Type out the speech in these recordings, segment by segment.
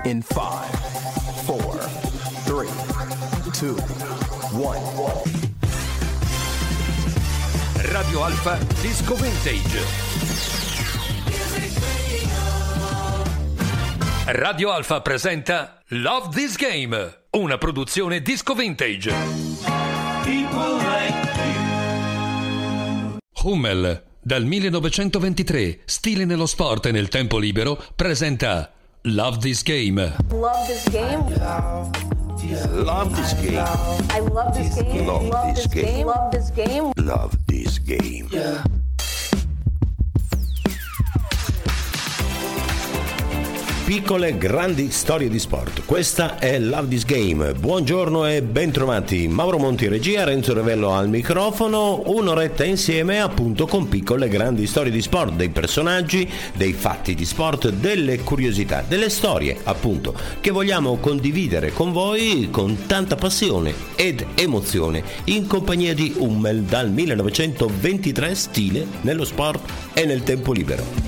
In 5, 4, 3, 2, 1. Radio Alfa Disco Vintage. Radio Alfa presenta Love This Game, una produzione Disco Vintage. Hummel, dal 1923, stile nello sport e nel tempo libero, presenta Love This Game. Love this game. Love this game. I love this game. Love this game. Love this game. Love this game. Yeah. Piccole grandi storie di sport. Questa è Love This Game. Buongiorno e bentrovati. Mauro Monti regia, Renzo Revello al microfono. Un'oretta insieme appunto con piccole grandi storie di sport, dei personaggi, dei fatti di sport, delle curiosità, delle storie appunto che vogliamo condividere con voi con tanta passione ed emozione in compagnia di Hummel dal 1923, stile nello sport e nel tempo libero.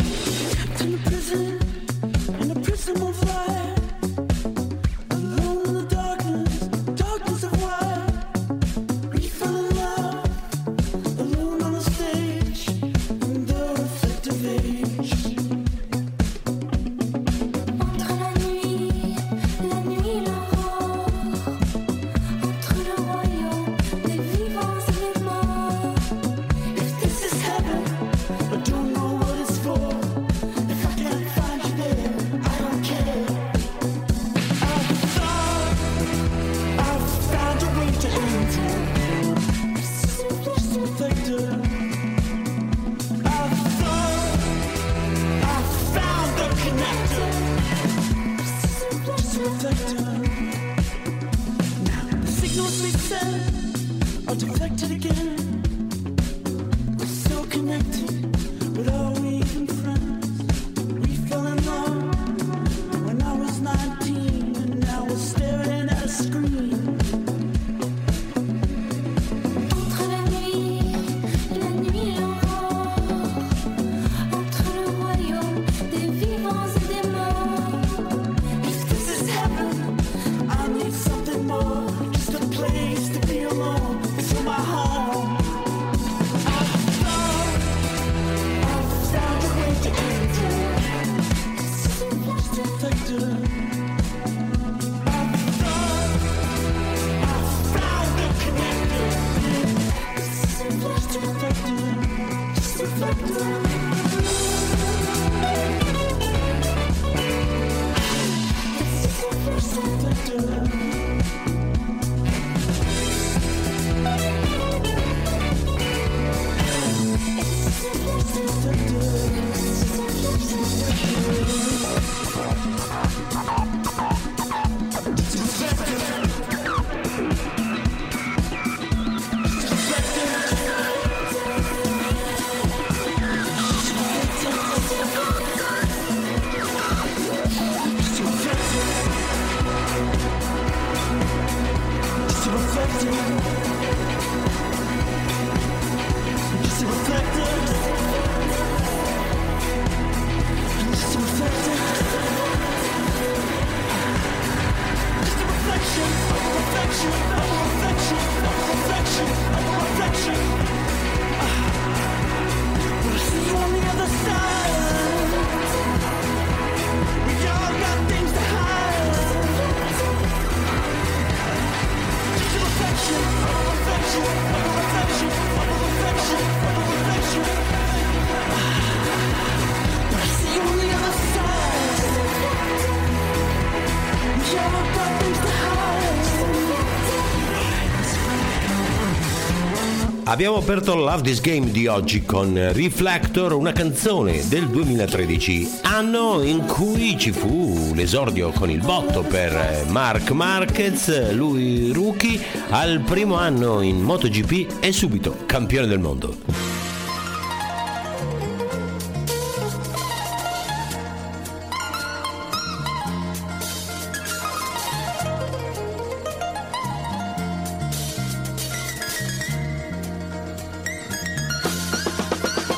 Abbiamo aperto Love This Game di oggi con Reflector, una canzone del 2013, anno in cui ci fu l'esordio con il botto per Marc Marquez, lui rookie, al primo anno in MotoGP e subito campione del mondo.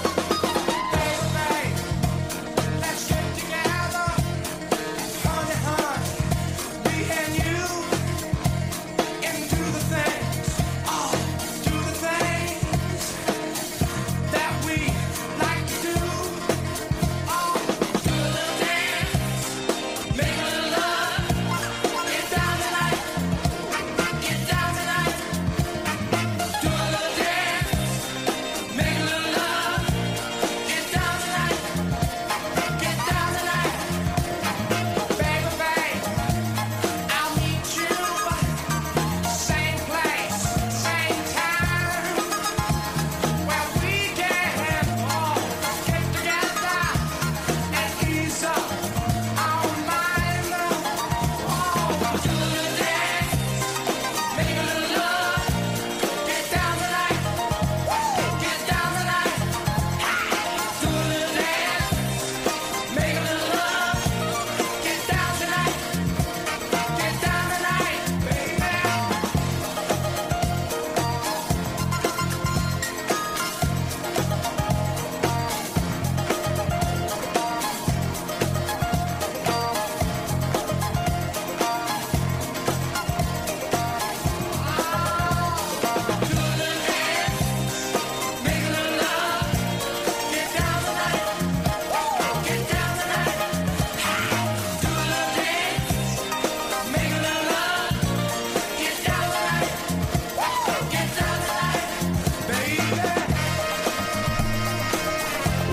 Let's get together.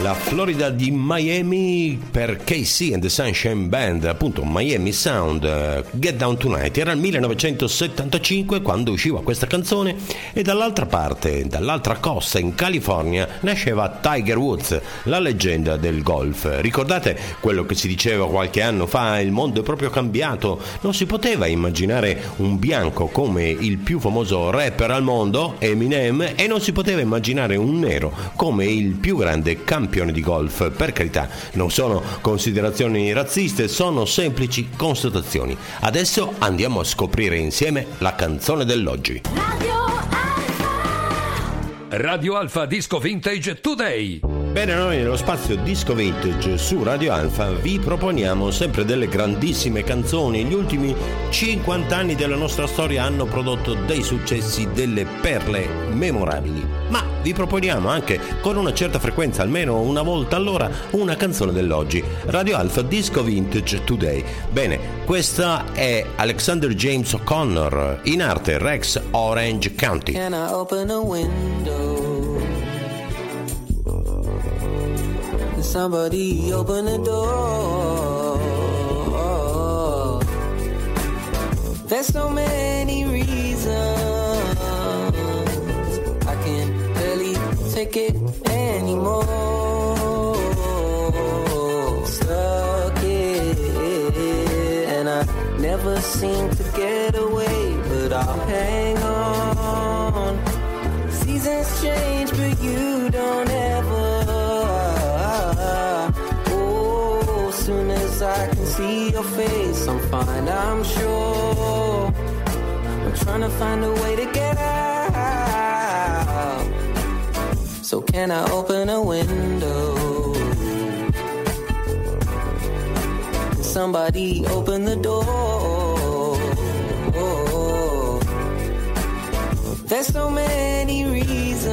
dalla Florida di Miami per KC and the Sunshine Band, appunto Miami Sound. Get Down Tonight era il 1975 quando usciva questa canzone, e dall'altra parte, dall'altra costa in California, nasceva Tiger Woods, la leggenda del golf. Ricordate quello che si diceva qualche anno fa? Il mondo è proprio cambiato, non si poteva immaginare un bianco come il più famoso rapper al mondo, Eminem, e non si poteva immaginare un nero come il più grande campione di golf. Per carità, non sono considerazioni razziste, sono semplici constatazioni. Adesso andiamo a scoprire insieme la canzone dell'oggi. Radio Alfa Disco Vintage Today. Bene, noi nello spazio Disco Vintage su Radio Alfa vi proponiamo sempre delle grandissime canzoni. Gli ultimi 50 anni della nostra storia hanno prodotto dei successi, delle perle memorabili, ma vi proponiamo anche con una certa frequenza, almeno una volta all'ora, una canzone dell'oggi. Radio Alfa Disco Vintage Today. Bene, questa è Alexander James O'Connor, in arte Rex Orange County. Can I open a window? Somebody open the door. There's so many reasons I can barely take it anymore. Stuck it, and I never seem to get away, but I'll hang on. Seasons change, but you don't ever. As soon as I can see your face, I'm fine, I'm sure. I'm trying to find a way to get out. So can I open a window? Can somebody open the door? There's so many reasons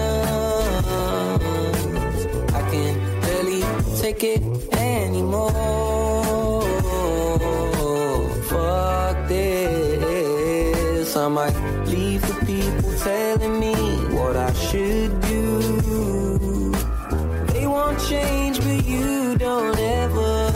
I can barely take it anymore. Fuck this. I might leave the people telling me what I should do. They won't change, but you don't ever.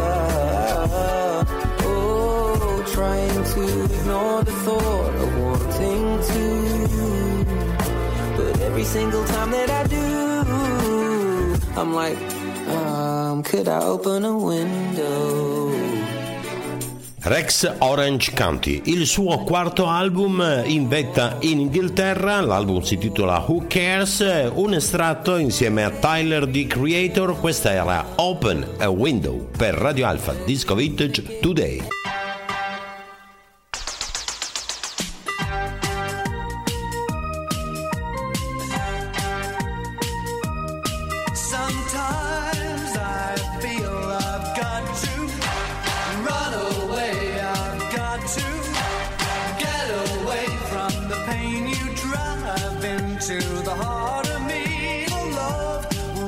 Oh, trying to ignore the thought of wanting to, but every single time that I do, I'm like, could I open a window? Rex Orange County, il suo quarto album in vetta in Inghilterra. L'album si intitola Who Cares, un estratto insieme a Tyler the Creator. Questa era Open a Window per Radio Alfa Disco Vintage Today.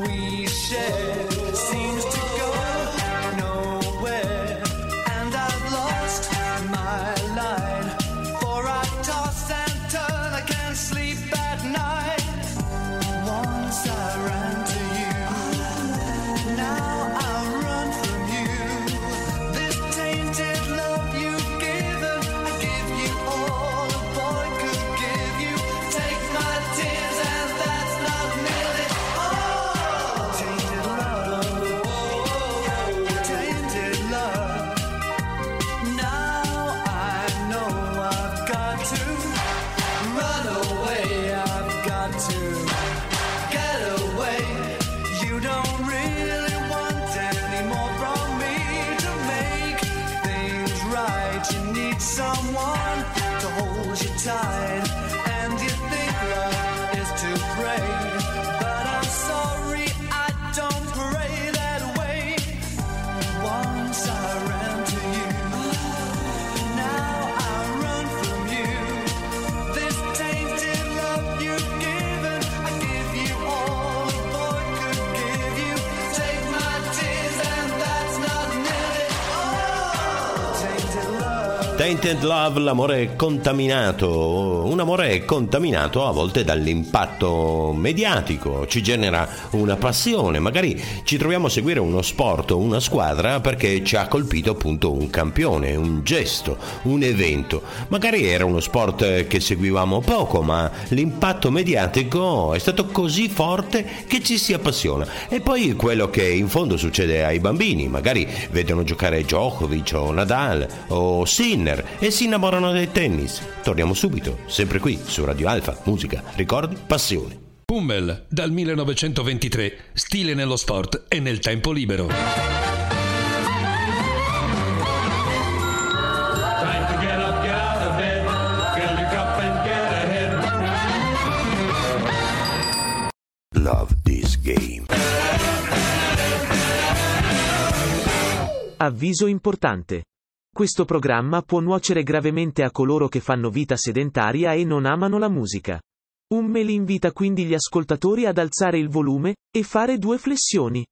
Seems to go nowhere, and I've Tainted Love, l'amore contaminato, un amore contaminato a volte dall'impatto mediatico, ci genera una passione, magari ci troviamo a seguire uno sport o una squadra perché ci ha colpito appunto un campione, un gesto, un evento, magari era uno sport che seguivamo poco, ma l'impatto mediatico è stato così forte che ci si appassiona. E poi quello che in fondo succede ai bambini, magari vedono giocare Djokovic o Nadal o Sinner e si innamorano del tennis. Torniamo subito, sempre qui su Radio Alfa, musica, ricordi, passione. Hummel, dal 1923, stile nello sport e nel tempo libero. Love this game. Avviso importante. Questo programma può nuocere gravemente a coloro che fanno vita sedentaria e non amano la musica. Hummel invita quindi gli ascoltatori ad alzare il volume e fare 2 flessioni.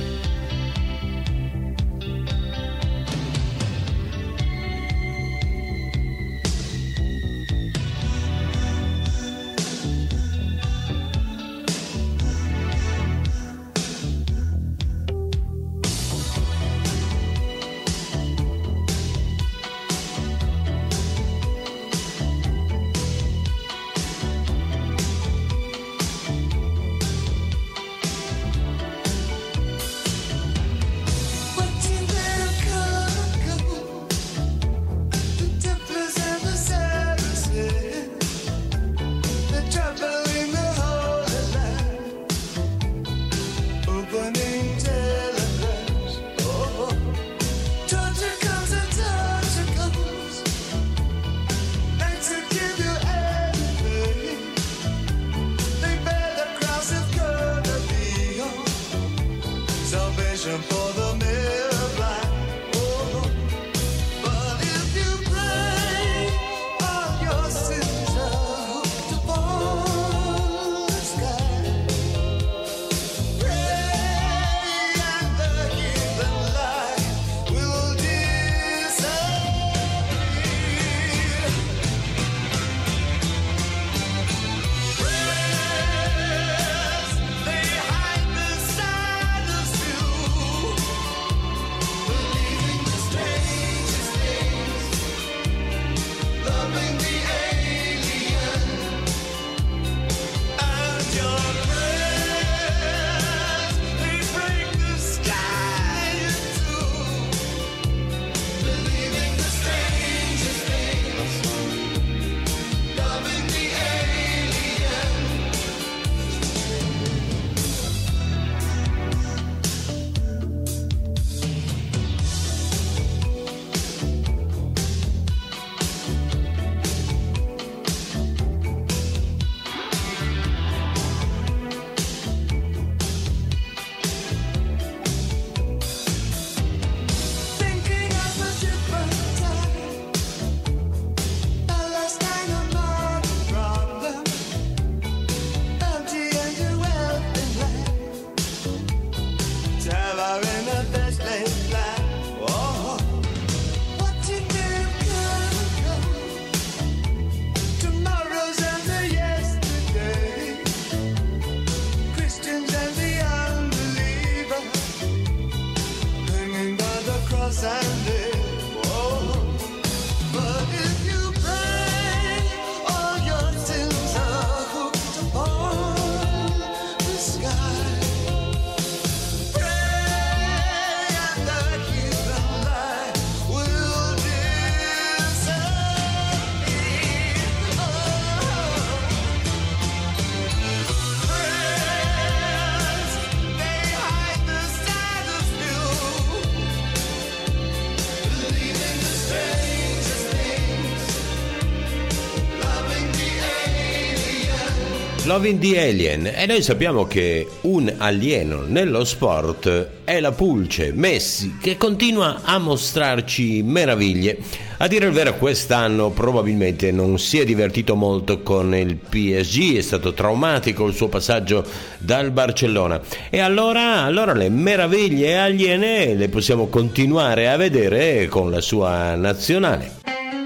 Loving the Alien, e noi sappiamo che un alieno nello sport è la pulce Messi, che continua a mostrarci meraviglie. A dire il vero, quest'anno probabilmente non si è divertito molto con il PSG, è stato traumatico il suo passaggio dal Barcellona, e allora le meraviglie aliene le possiamo continuare a vedere con la sua nazionale.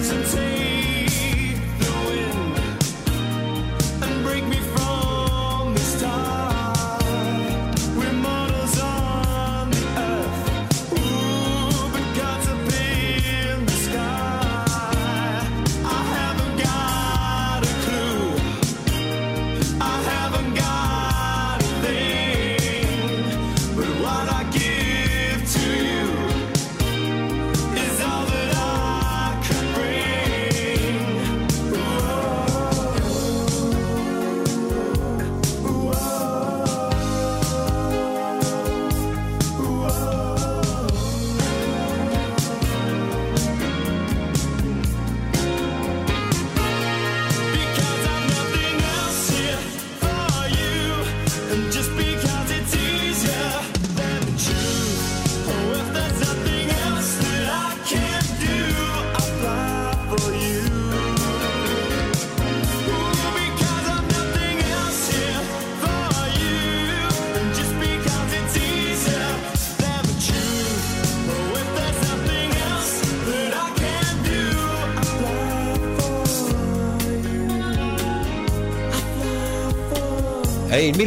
È il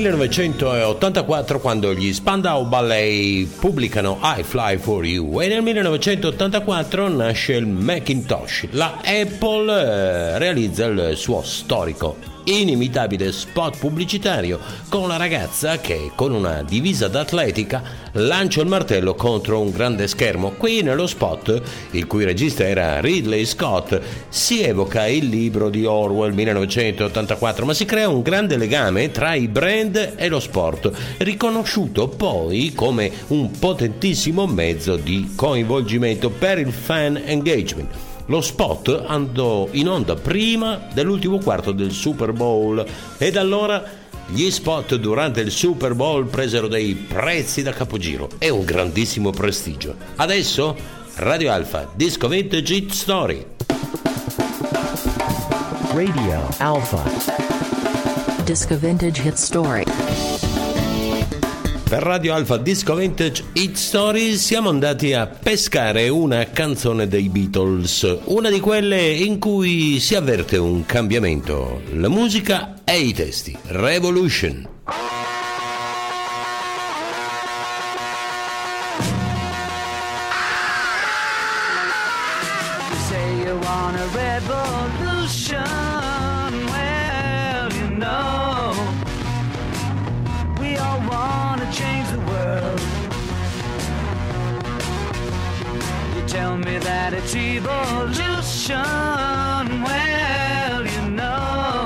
1984 quando gli Spandau Ballet pubblicano I Fly For You e nel 1984 nasce il Macintosh. La Apple realizza il suo storico inimitabile spot pubblicitario con la ragazza che con una divisa d'atletica lancia il martello contro un grande schermo. Qui nello spot, il cui regista era Ridley Scott, si evoca il libro di Orwell 1984, ma si crea un grande legame tra i brand e lo sport, riconosciuto poi come un potentissimo mezzo di coinvolgimento per il fan engagement. Lo spot andò in onda prima dell'ultimo quarto del Super Bowl e da allora gli spot durante il Super Bowl presero dei prezzi da capogiro e un grandissimo prestigio. Adesso Radio Alfa Disco Vintage Hit Story. Radio Alpha Disco Vintage Hit Story. Per Radio Alfa Disco Vintage Hit Story siamo andati a pescare una canzone dei Beatles, una di quelle in cui si avverte un cambiamento, la musica e i testi. Revolution. Say you want a revolution, well, you know, we all want to change the world. You tell me that it's evolution, well, you know,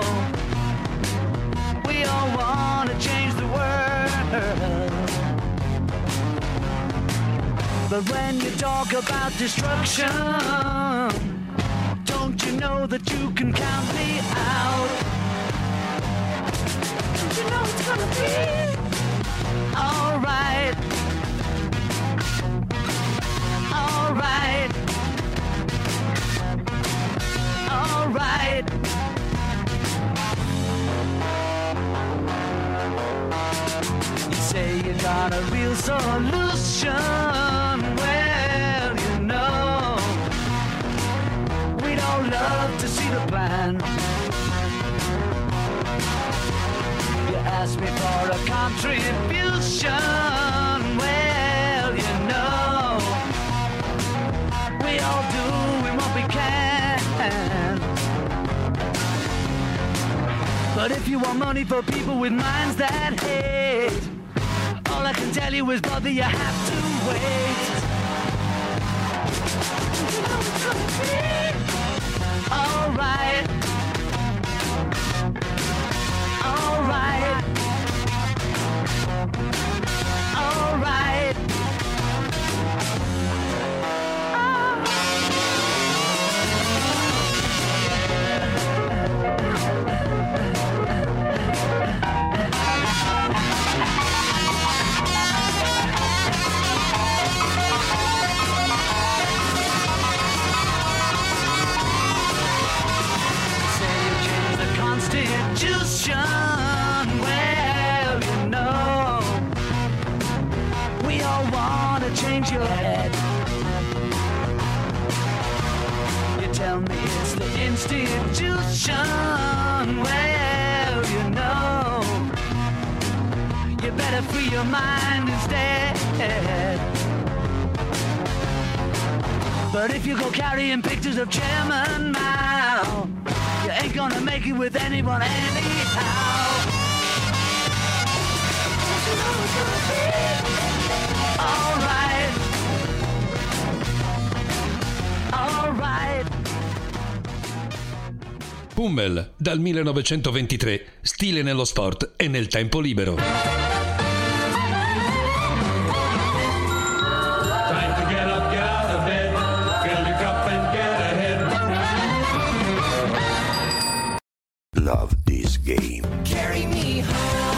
we all want to change the world. But when you talk about destruction, don't you know that you can count me out? Don't you know it's gonna be alright? Alright. Alright. You say you got a real solution. Well, you know, we'd all love to see the plan. You ask me for a contribution. Well, you know, we all do what we can. But if you want money for people with minds that hate, all I can tell you is, brother, you have to wait. You know it's gonna be alright. Alright. Alright. tell me it's the institution. Well, you know, you better free your mind instead. But if you go carrying pictures of Chairman Mao, you ain't gonna make it with anyone anyhow. Don't you know it's gonna be alright? Alright. Hummel, dal 1923, stile nello sport e nel tempo libero. Love this game. Carry me home.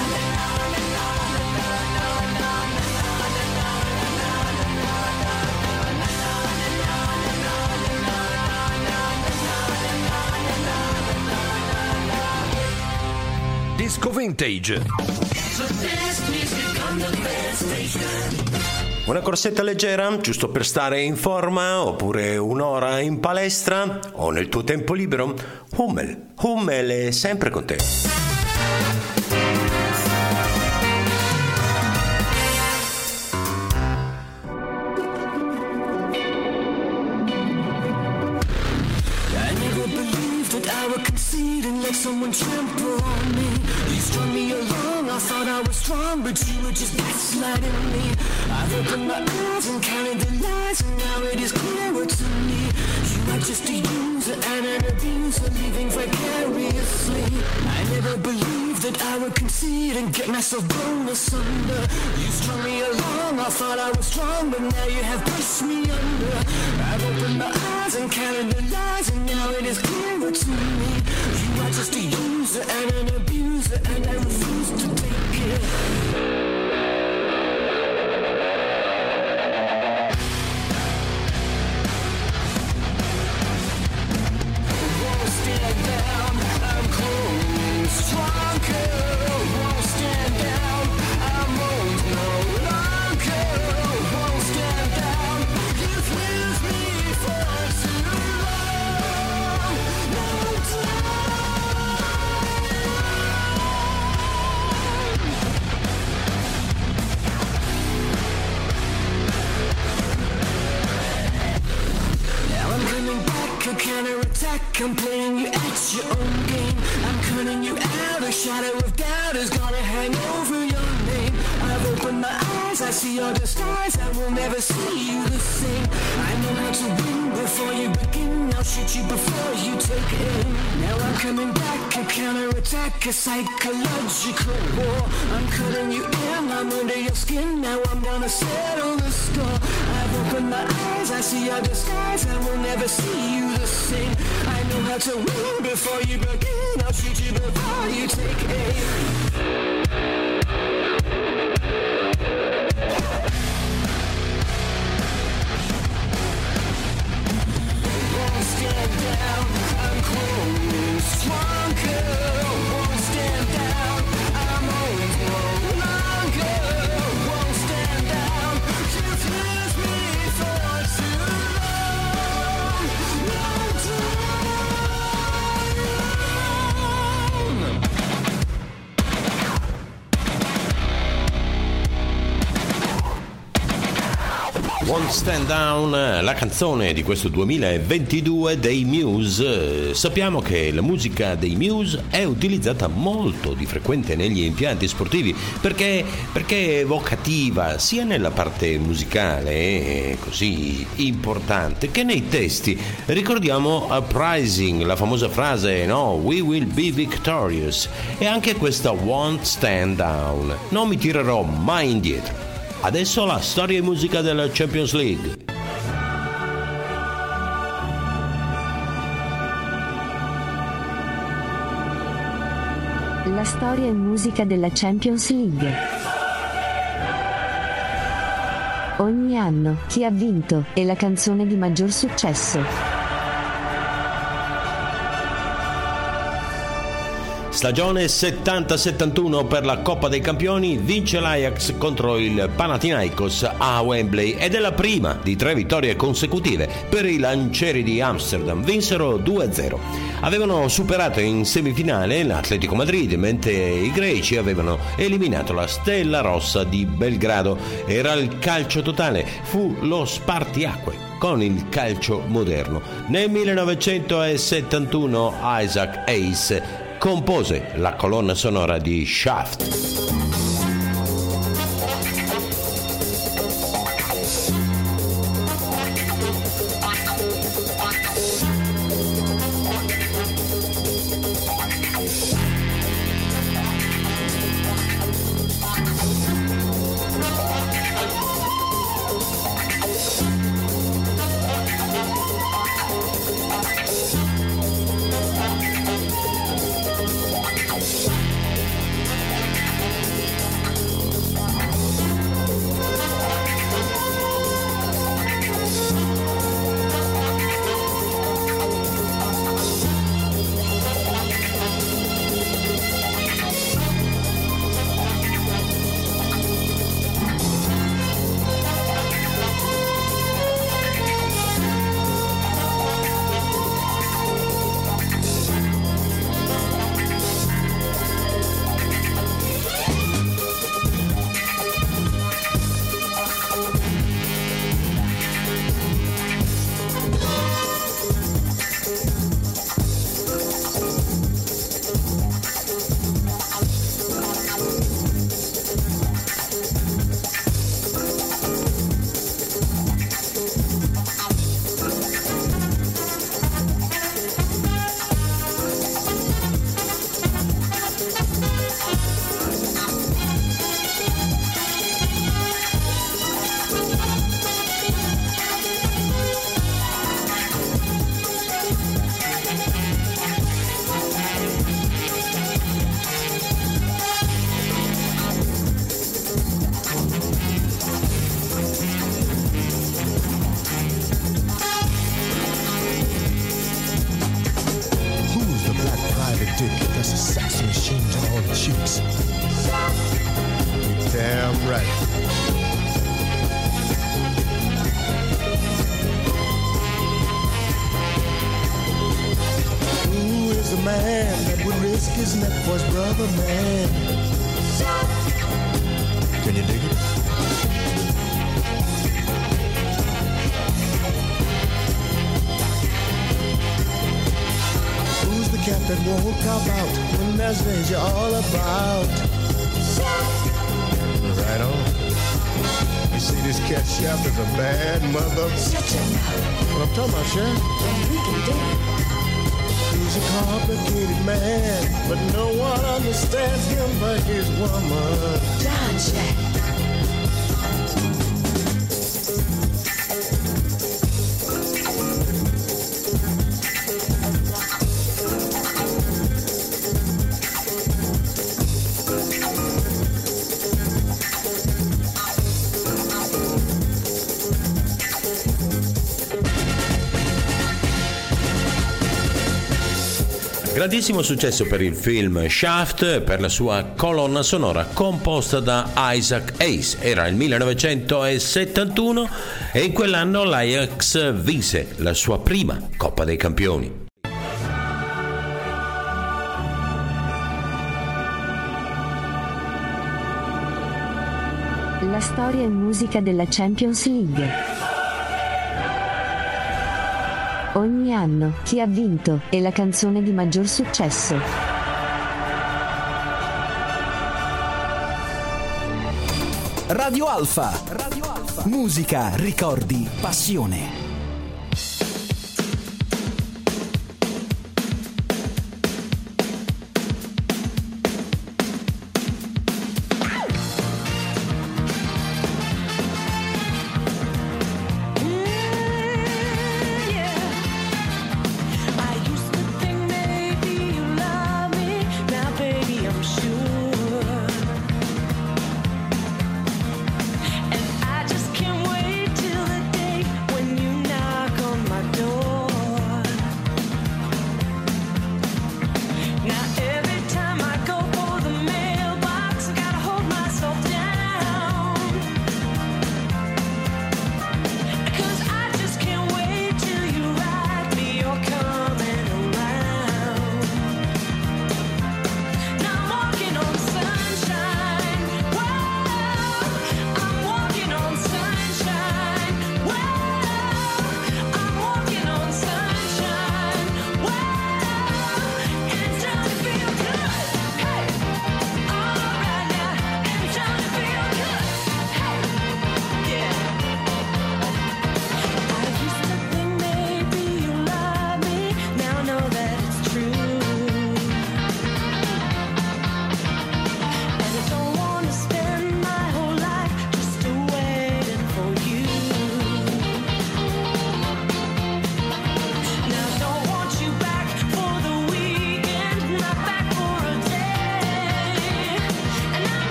Disco Vintage. Una corsetta leggera, giusto per stare in forma, oppure un'ora in palestra o nel tuo tempo libero? Hummel è sempre con te. Someone trample on me. You strung me along, I thought I was strong, but you were just gaslighting me. I've opened my eyes and counted the lies, and now it is clearer to me. You are just a user and an abuser, living vicariously. I never believed that I would concede and get myself blown asunder. You strung me along, I thought I was strong, but now you have pushed me under. I've opened my eyes and counted the lies, and now it is clearer to me. You are just a user and an abuser, and I refuse to take it. Won't stand down, I'm cold, stronger. Won't stand down, I'm old no longer. Won't stand down, you've lived me for too long. No time. Counter-attack, I'm playing you at your own game. I'm cutting you out, a shadow of doubt is gonna hang over your name. I've opened my eyes, I see your disguise, I will never see you the same. I know how to win before you begin, I'll shoot you before you take aim. Now I'm coming back, a counter-attack, a psychological war. I'm cutting you in, I'm under your skin, now I'm gonna settle the score. I've opened my eyes, I see your disguise, I will never see you the same. I know how to win before you begin, I'll shoot you before you take aim. Won't stand down, I'm cold, stronger. Won't stand down, I'm old no longer. Won't stand down, you've left me for too long. No Won't Stand Down, la canzone di questo 2022 dei Muse. Sappiamo che la musica dei Muse è utilizzata molto di frequente negli impianti sportivi perché è evocativa sia nella parte musicale, così importante, che nei testi. Ricordiamo Uprising, la famosa frase, no? We will be victorious, e anche questa Won't Stand Down, non mi tirerò mai indietro. Adesso la storia e musica della Champions League. La storia e musica della Champions League. Ogni anno, chi ha vinto, e la canzone di maggior successo. stagione 70-71 per la Coppa dei Campioni vince l'Ajax contro il Panathinaikos a Wembley ed è la prima di 3 vittorie consecutive per i lancieri di Amsterdam, vinsero 2-0. Avevano superato in semifinale l'Atletico Madrid, mentre i greci avevano eliminato la Stella Rossa di Belgrado. Era il calcio totale, fu lo spartiacque con il calcio moderno. Nel 1971 Isaac Hayes compose la colonna sonora di Shaft. That won't cop out when there's things you're all about. Right on. You see, this cat Shaft is a bad mother. What I'm talking about, Shaft? He's a complicated man, but no one understands him but his woman. John Shaft. Grandissimo successo per il film Shaft per la sua colonna sonora composta da Isaac Hayes. Era il 1971 e in quell'anno l'Ajax vinse la sua prima Coppa dei Campioni. La storia e musica della Champions League. Ogni anno, chi ha vinto, e la canzone di maggior successo. Radio Alfa. Musica, ricordi, passione. And I just can't wait till the day when you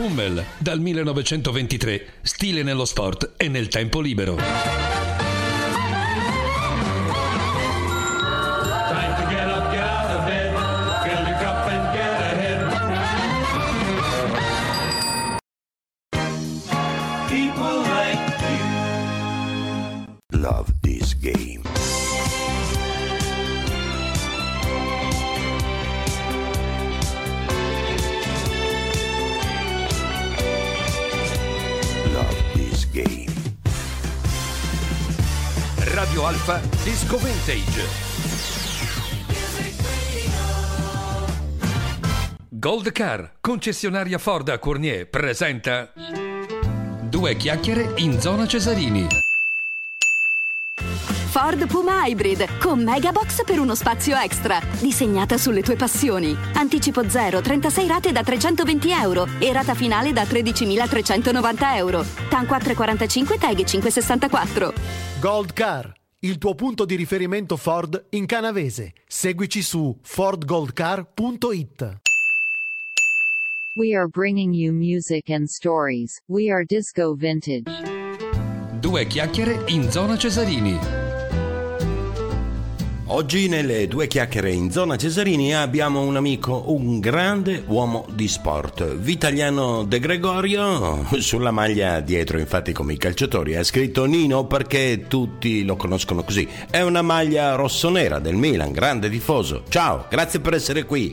Hummel, dal 1923, stile nello sport e nel tempo libero. Love this game. Love this game. Radio Alfa Disco Vintage. Gold Car, concessionaria Ford a Cournier, presenta Due chiacchiere in zona Cesarini. Ford Puma Hybrid con Megabox per uno spazio extra. Disegnata sulle tue passioni. Anticipo 0, 36 rate da €320 e rata finale da €13.390. TAN 445, TAG 564. Gold Car, il tuo punto di riferimento Ford in Canavese. Seguici su fordgoldcar.it. We are bringing you music and stories. We are Disco Vintage. Due chiacchiere in zona Cesarini. Oggi nelle Due chiacchiere in zona Cesarini abbiamo un amico, un grande uomo di sport, Vitaliano De Gregorio. Sulla maglia dietro, infatti, come i calciatori, ha scritto Nino perché tutti lo conoscono così. È una maglia rossonera del Milan, grande tifoso. Ciao, grazie per essere qui.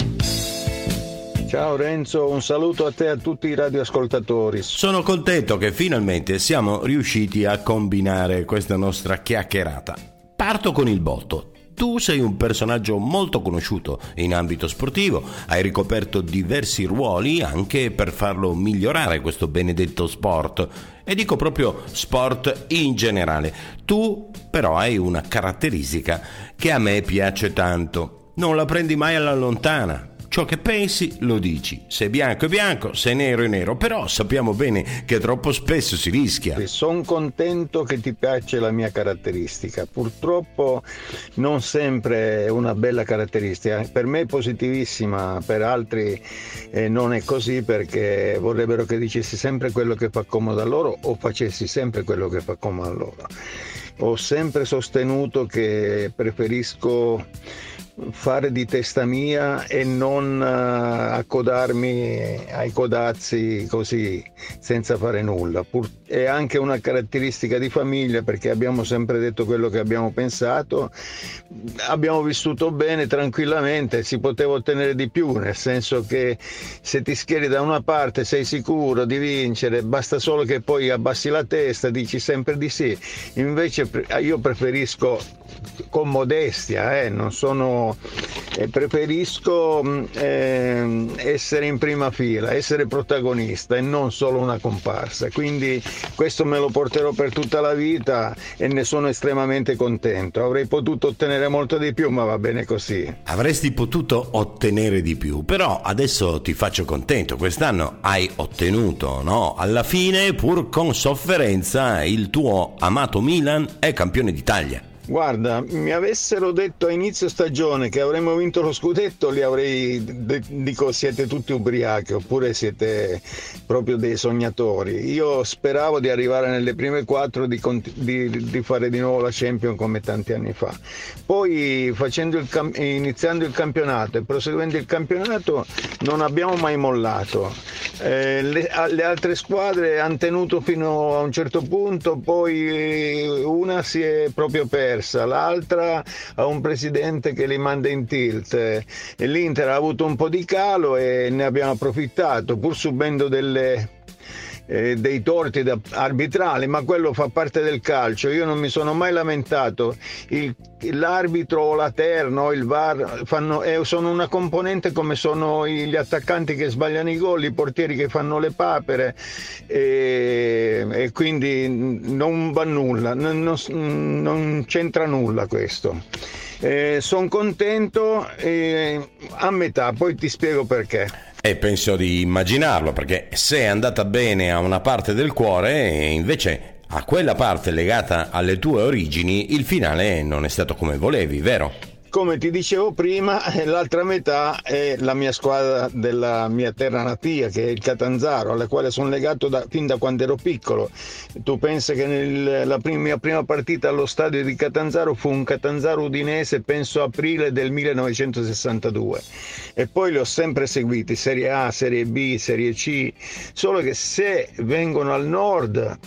Ciao Renzo, un saluto a te e a tutti i radioascoltatori. Sono contento che finalmente siamo riusciti a combinare questa nostra chiacchierata. Parto con il botto. Tu sei un personaggio molto conosciuto in ambito sportivo, hai ricoperto diversi ruoli anche per farlo migliorare questo benedetto sport, e dico proprio sport in generale. Tu però hai una caratteristica che a me piace tanto, non la prendi mai alla lontana. Ciò che pensi lo dici, se bianco è bianco, se nero è nero, però sappiamo bene che troppo spesso si rischia. Sono contento che ti piace la mia caratteristica, purtroppo non sempre è una bella caratteristica, per me è positivissima, per altri non è così, perché vorrebbero che dicessi sempre quello che fa comodo a loro o facessi sempre quello che fa comodo a loro. Ho sempre sostenuto che preferisco fare di testa mia e non accodarmi ai codazzi così senza fare nulla. È anche una caratteristica di famiglia, perché abbiamo sempre detto quello che abbiamo pensato, abbiamo vissuto bene, tranquillamente, si poteva ottenere di più, nel senso che se ti schieri da una parte sei sicuro di vincere, basta solo che poi abbassi la testa, dici sempre di sì. Invece io preferisco, con modestia, preferisco essere in prima fila, essere protagonista e non solo una comparsa, quindi questo me lo porterò per tutta la vita e ne sono estremamente contento. Avrei potuto ottenere molto di più, ma va bene così. Avresti potuto ottenere di più, però adesso ti faccio contento, quest'anno hai ottenuto, no? Alla fine, pur con sofferenza, il tuo amato Milan è campione d'Italia. Guarda, mi avessero detto a inizio stagione che avremmo vinto lo scudetto, li avrei dico siete tutti ubriachi, oppure siete proprio dei sognatori. Io speravo di arrivare nelle prime 4, di fare di nuovo la Champions come tanti anni fa. Poi iniziando il campionato e proseguendo il campionato non abbiamo mai mollato. Le altre squadre hanno tenuto fino a un certo punto, poi una si è proprio persa, l'altra ha un presidente che li manda in tilt, e l'Inter ha avuto un po' di calo e ne abbiamo approfittato, pur subendo dei torti arbitrali, ma quello fa parte del calcio. Io non mi sono mai lamentato. L'arbitro o la terna o il VAR sono una componente, come sono gli attaccanti che sbagliano i gol, i portieri che fanno le papere, e quindi non va nulla, non c'entra nulla questo. Sono contento a metà, poi ti spiego perché. E penso di immaginarlo, perché se è andata bene a una parte del cuore, invece a quella parte legata alle tue origini, il finale non è stato come volevi, vero? come ti dicevo prima, l'altra metà è la mia squadra della mia terra natia, che è il Catanzaro, alla quale sono legato fin da quando ero piccolo. Tu pensi che la mia prima partita allo stadio di Catanzaro fu un Catanzaro Udinese, penso aprile del 1962, e poi li ho sempre seguiti, Serie A, Serie B, Serie C, solo che se vengono al nord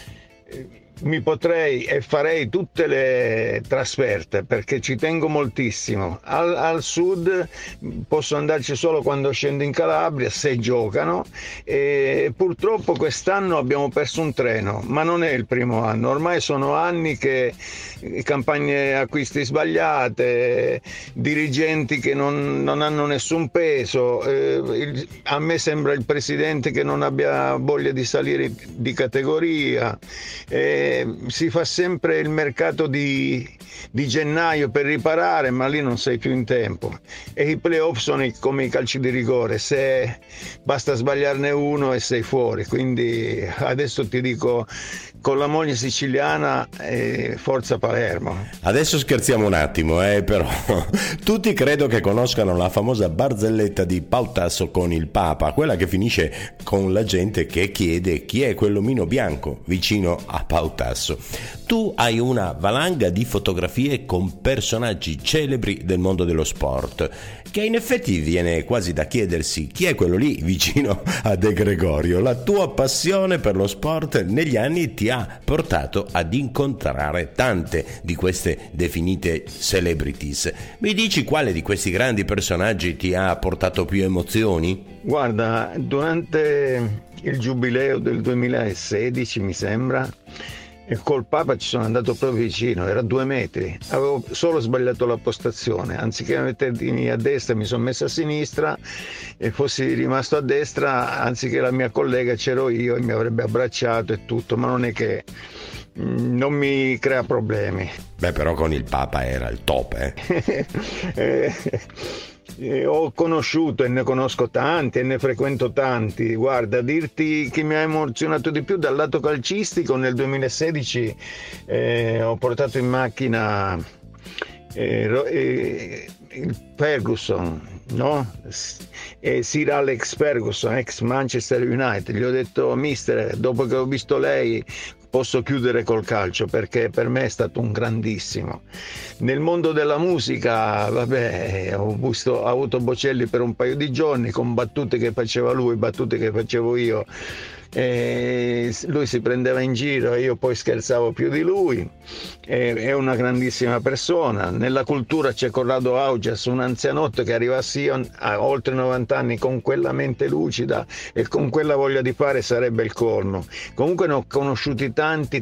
mi potrei e farei tutte le trasferte, perché ci tengo moltissimo. Al sud posso andarci solo quando scendo in Calabria, se giocano, e purtroppo quest'anno abbiamo perso un treno, ma non è il primo anno, ormai sono anni che campagne acquisti sbagliate, dirigenti che non hanno nessun peso, a me sembra il presidente che non abbia voglia di salire di categoria, si fa sempre il mercato di gennaio per riparare, ma lì non sei più in tempo, e i playoff sono come i calci di rigore, se basta sbagliarne uno e sei fuori. Quindi adesso ti dico, con la moglie siciliana, forza Palermo. Adesso scherziamo un attimo, però tutti credo che conoscano la famosa barzelletta di Pau Tasso con il Papa, quella che finisce con la gente che chiede chi è quell'omino bianco vicino a Pau Tasso. Tu hai una valanga di fotografie con personaggi celebri del mondo dello sport, che in effetti viene quasi da chiedersi chi è quello lì vicino a De Gregorio. La tua passione per lo sport negli anni ti ha portato ad incontrare tante di queste definite celebrities. Mi dici quale di questi grandi personaggi ti ha portato più emozioni? Guarda, durante il giubileo del 2016, mi sembra, e col Papa ci sono andato proprio vicino, era a 2 metri, avevo solo sbagliato la postazione, anziché mettermi a destra mi sono messo a sinistra, e fossi rimasto a destra, anziché la mia collega c'ero io e mi avrebbe abbracciato e tutto, ma non è che non mi crea problemi. Beh, però con il Papa era il top, Ho conosciuto e ne conosco tanti e ne frequento tanti. Guarda, dirti che mi ha emozionato di più dal lato calcistico, nel 2016 ho portato in macchina il Ferguson, no? Sir Alex Ferguson, ex Manchester United. Gli ho detto: mister, dopo che ho visto lei posso chiudere col calcio, perché per me è stato un grandissimo. Nel mondo della musica, vabbè, ho avuto Bocelli per un paio di giorni, con battute che faceva lui, battute che facevo io. Lui si prendeva in giro e io poi scherzavo più di lui. È una grandissima persona. Nella cultura c'è Corrado Augias, un anzianotto che arrivasse a oltre 90 anni con quella mente lucida e con quella voglia di fare, sarebbe il colmo. Comunque ne ho conosciuti tanti,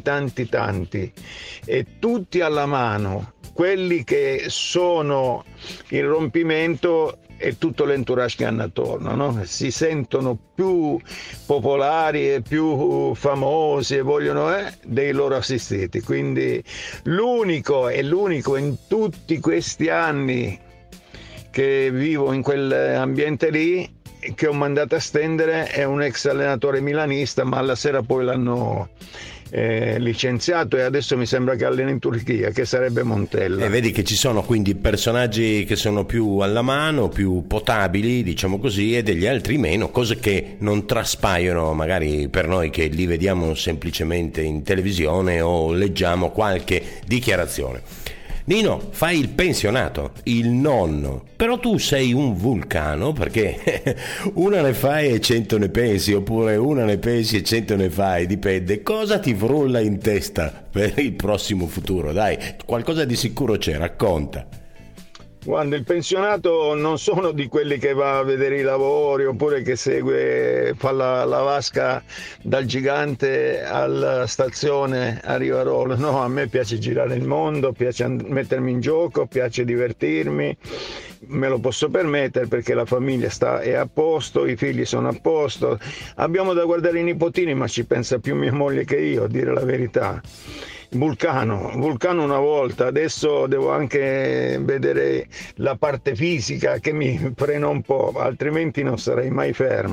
e tutti alla mano, quelli che sono il rompimento e tutto l'entourage che hanno attorno, no? Si sentono più popolari e più famosi e vogliono dei loro assistiti. Quindi l'unico in tutti questi anni che vivo in quell'ambiente lì, che ho mandato a stendere, è un ex allenatore milanista, ma alla sera poi l'hanno licenziato e adesso mi sembra che allena in Turchia, che sarebbe Montella. E vedi che ci sono quindi personaggi che sono più alla mano, più potabili, diciamo così, e degli altri meno, cose che non traspaiono magari per noi che li vediamo semplicemente in televisione o leggiamo qualche dichiarazione. Nino, fai il pensionato, il nonno, però tu sei un vulcano, perché una ne fai e 100 ne pensi, oppure una ne pensi e 100 ne fai, dipende. Cosa ti frulla in testa per il prossimo futuro? Dai, qualcosa di sicuro c'è, racconta. Quando il pensionato non sono di quelli che va a vedere i lavori oppure che fa la vasca dal Gigante alla stazione a Rivarolo. No, a me piace girare il mondo, piace mettermi in gioco, piace divertirmi, me lo posso permettere perché la famiglia è a posto, i figli sono a posto, abbiamo da guardare i nipotini, ma ci pensa più mia moglie che io, a dire la verità. Vulcano una volta, adesso devo anche vedere la parte fisica che mi frena un po', altrimenti non sarei mai fermo.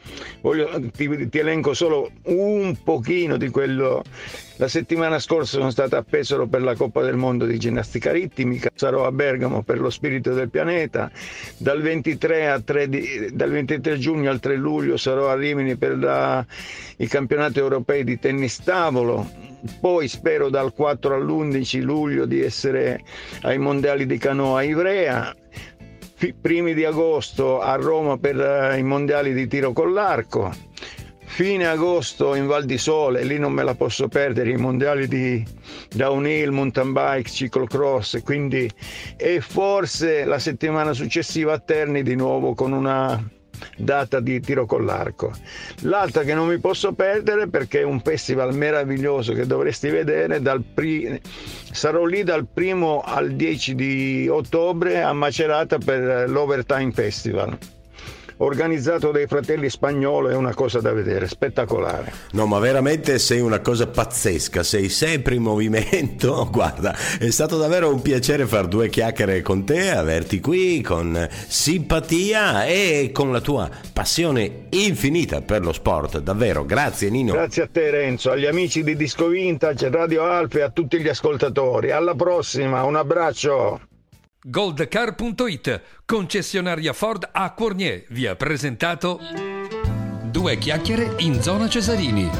ti elenco solo un pochino di quello. La settimana scorsa sono stato a Pesaro per la Coppa del Mondo di ginnastica ritmica, sarò a Bergamo per lo Spirito del Pianeta, dal 23 giugno al 3 luglio sarò a Rimini per i campionati europei di tennis tavolo, poi spero dal 4 all'11 luglio di essere ai mondiali di canoa a Ivrea, primi di agosto a Roma per i mondiali di tiro con l'arco, fine agosto in Val di Sole, lì non me la posso perdere, i mondiali di downhill, mountain bike, ciclocross, e forse la settimana successiva a Terni di nuovo con una data di tiro con l'arco. L'altra che non mi posso perdere perché è un festival meraviglioso che dovresti vedere, sarò lì dal 1 al 10 di ottobre a Macerata per l'Overtime Festival, organizzato dai fratelli Spagnolo, è una cosa da vedere, spettacolare. No, ma veramente sei una cosa pazzesca, sei sempre in movimento. Guarda, è stato davvero un piacere far due chiacchiere con te, averti qui con simpatia e con la tua passione infinita per lo sport. Davvero, grazie Nino. Grazie a te Renzo, agli amici di Disco Vintage, Radio Alfa e a tutti gli ascoltatori. Alla prossima, un abbraccio. Goldcar.it, concessionaria Ford a Cournier, vi ha presentato Due chiacchiere in zona Cesarini.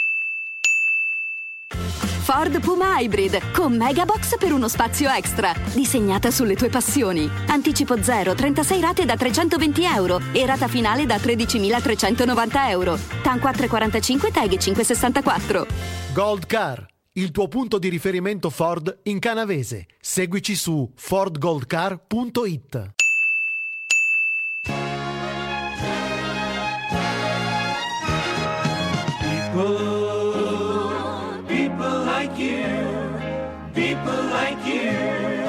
Ford Puma Hybrid con Megabox per uno spazio extra, disegnata sulle tue passioni. Anticipo 0, 36 rate da €320 e rata finale da €13.390. TAN 445, TAG 564. Gold Car, il tuo punto di riferimento Ford in Canavese. Seguici su fordgoldcar.it. People like you, people like you.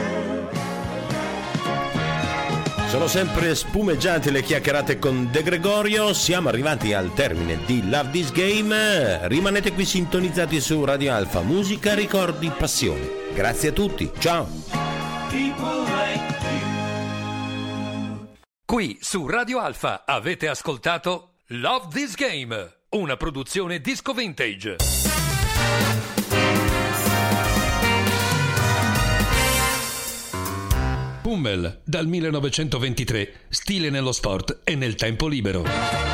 Sono sempre spumeggianti le chiacchierate con De Gregorio. Siamo arrivati al termine di Love This Game. Rimanete qui sintonizzati su Radio Alfa. Musica, ricordi, passione. Grazie a tutti. Ciao. Qui su Radio Alfa avete ascoltato Love This Game, una produzione Disco Vintage. Pummel, dal 1923, stile nello sport e nel tempo libero.